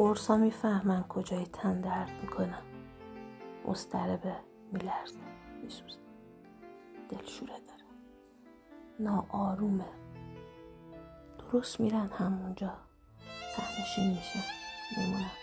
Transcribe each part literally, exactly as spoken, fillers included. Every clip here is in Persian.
قرصا میفهمن کجای تن درد میکنن. مضطربه، میلرزه، میسوزه، دلشوره داره، ناآرومه. درست میرن همونجا، تهنشین میشن، میمونن،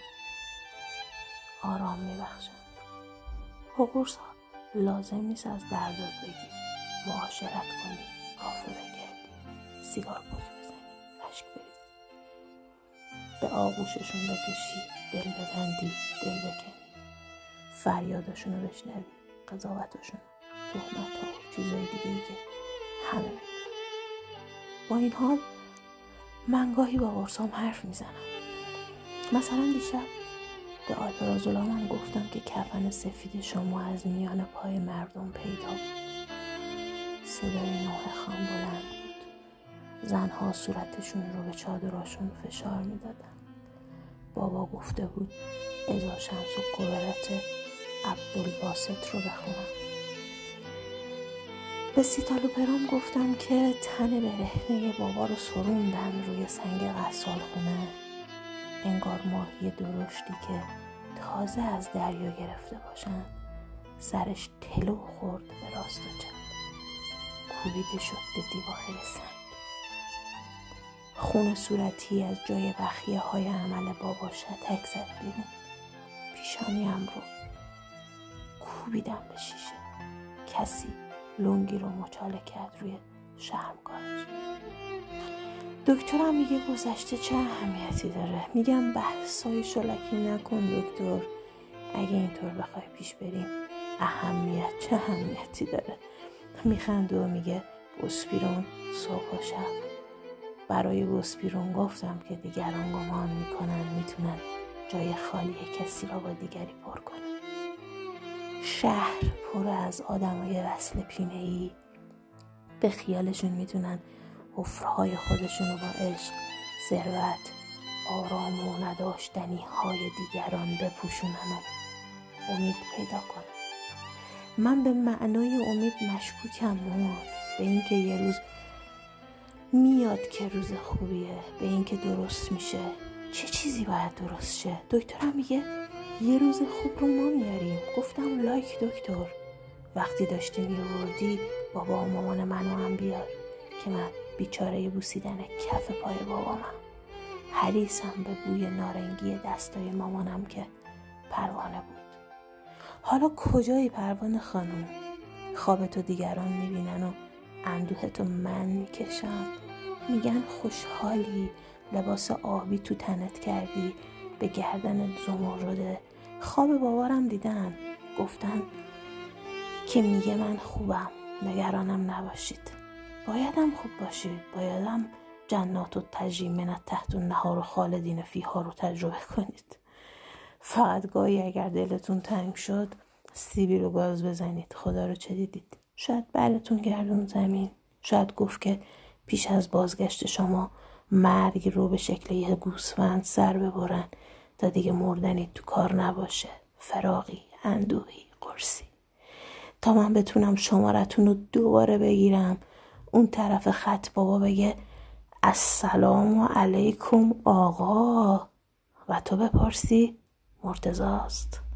آرام میبخشن. با قرصا لازم نیست از دردات بگی، معاشرت کنی، کافه بگردی، سیگار پاک بزنی، اشک بریزی، به آغوششون بکشی، دل ببندی، دل بکنی، فریادشون رو بشنوی، قضاوتشون، تهمت ها و چیزای دیگه ای که همه میدونن. با این حال من گاهی با قرصام حرف میزنم. مثلا دیشب به آلپرازولامم گفتم که کفن سفید شما از میان پای مردم پیدا بود. صدای نوح خان بلند بود. زنها صورتشون رو به چادراشون فشار میدادن. بابا گفته بود اذا شمس و قبرت عبدالباسط رو بخونم. به سیتالوپرام گفتم که تن برهنه بابا رو سروندن روی سنگ غسال خونه. انگار ماهی درشتی که تازه از دریا گرفته باشن، سرش تلو خورد به راست و چپ، کوبیده شد به دیواره سنگ. خون صورتی از جای بخیه های عمل بابا شتک زد بیرون. پیشانیم رو کوبیدم به شیشه. کسی لنگی رو مچاله کرد روی شرمگاهش. دکترم میگه گذشته چه اهمیتی داره. میگم بحثای شلکی نکن دکتر، اگه اینطور بخوای پیش بریم اهمیت چه اهمیتی داره. میخنده و میگه بوسپیرون صبح و شب. برای بوسپیرون گفتم که دیگران گمان میکنن میتونن جای خالی کسی را با دیگری پر کنن. شهر پر از آدمای وصل پینه‌ای، به خیالشون میتونن حفرهای خودشونو با عشق، ثروت، آرام و نداشتنی های دیگران بپوشونن و امید پیدا کنن. من به معنای امید مشکوکم مامان، به اینکه یه روز میاد که روز خوبیه، به اینکه درست میشه. چه چیزی باید درست شه؟ دکترم میگه یه روز خوب رو ما میاریم. گفتم لایک دکتر، وقتی داشتی میوردی بابا و مامان منو هم بیار که من بیچاره بوسیدن کف پای بابامم. حریصم به بوی نارنگی دستای مامانم که پروانه بود. حالا کجایی پروانه خانم؟ خوابتو دیگران میبینن و اندوهتو من میکشم. میگن خوشحالی، لباس آبی تو تنت کردی، به گردن زمرده. خواب بابارم دیدن، گفتن که میگه من خوبم، نگرانم نباشید. بایدم خوب باشید، بایدم جنات و تجری من تحت النهار و خالدین فیها رو تجربه کنید. فقط گاهی اگر دلتون تنگ شد سیبی رو گاز بزنید. خدا رو چه دیدید؟ شاید براتون گردون زمین. شاید گفت که پیش از بازگشت شما مرگ رو به شکل یه گوسفند سر ببرن تا دیگه مردنی تو کار نباشه، فراغی، اندوهی، قرصی، تا من بتونم شمارتون رو دوباره بگیرم. اون طرف خط بابا بگه السلام علیکم آقا و تو بپرسی مرتضاست.